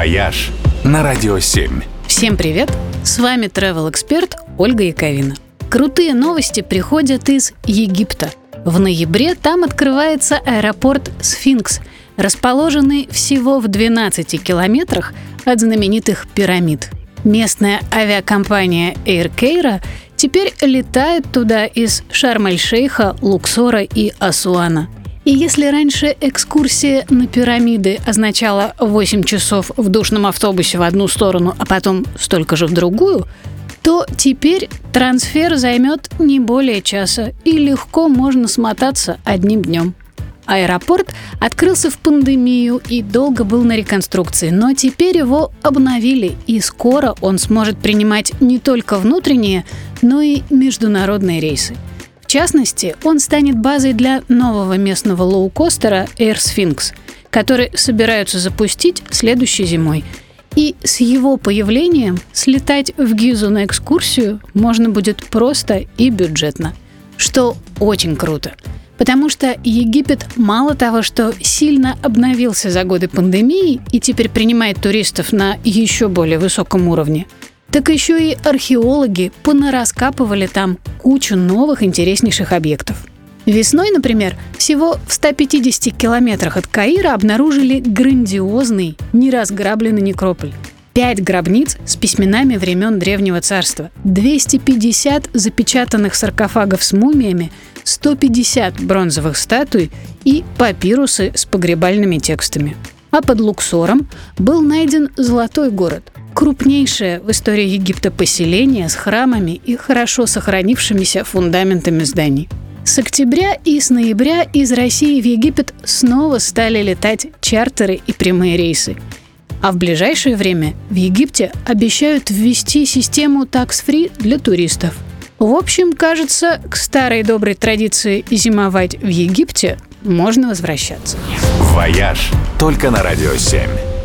«Вояж» на Радио 7. Всем привет! С вами travel-эксперт Ольга Яковина. Крутые новости приходят из Египта. В ноябре там открывается аэропорт Сфинкс, расположенный всего в 12 километрах от знаменитых пирамид. Местная авиакомпания Air Cairo теперь летает туда из Шарм-эль-Шейха, Луксора и Асуана. И если раньше экскурсия на пирамиды означала 8 часов в душном автобусе в одну сторону, а потом столько же в другую, то теперь трансфер займет не более часа, и легко можно смотаться одним днем. Аэропорт открылся в пандемию и долго был на реконструкции, но теперь его обновили, и скоро он сможет принимать не только внутренние, но и международные рейсы. В частности, он станет базой для нового местного лоукостера Air Sphinx, который собираются запустить следующей зимой. И с его появлением слетать в Гизу на экскурсию можно будет просто и бюджетно, что очень круто. Потому что Египет мало того, что сильно обновился за годы пандемии и теперь принимает туристов на еще более высоком уровне, так еще и археологи понараскапывали там кучу новых интереснейших объектов. Весной, например, всего в 150 километрах от Каира обнаружили грандиозный, неразграбленный некрополь. 5 гробниц с письменами времен Древнего Царства, 250 запечатанных саркофагов с мумиями, 150 бронзовых статуй и папирусы с погребальными текстами. А под Луксором был найден Золотой город, крупнейшее в истории Египта поселение с храмами и хорошо сохранившимися фундаментами зданий. С октября и с ноября из России в Египет снова стали летать чартеры и прямые рейсы. А в ближайшее время в Египте обещают ввести систему tax-free для туристов. В общем, кажется, к старой доброй традиции зимовать в Египте можно возвращаться. «Вояж» только на Радио 7.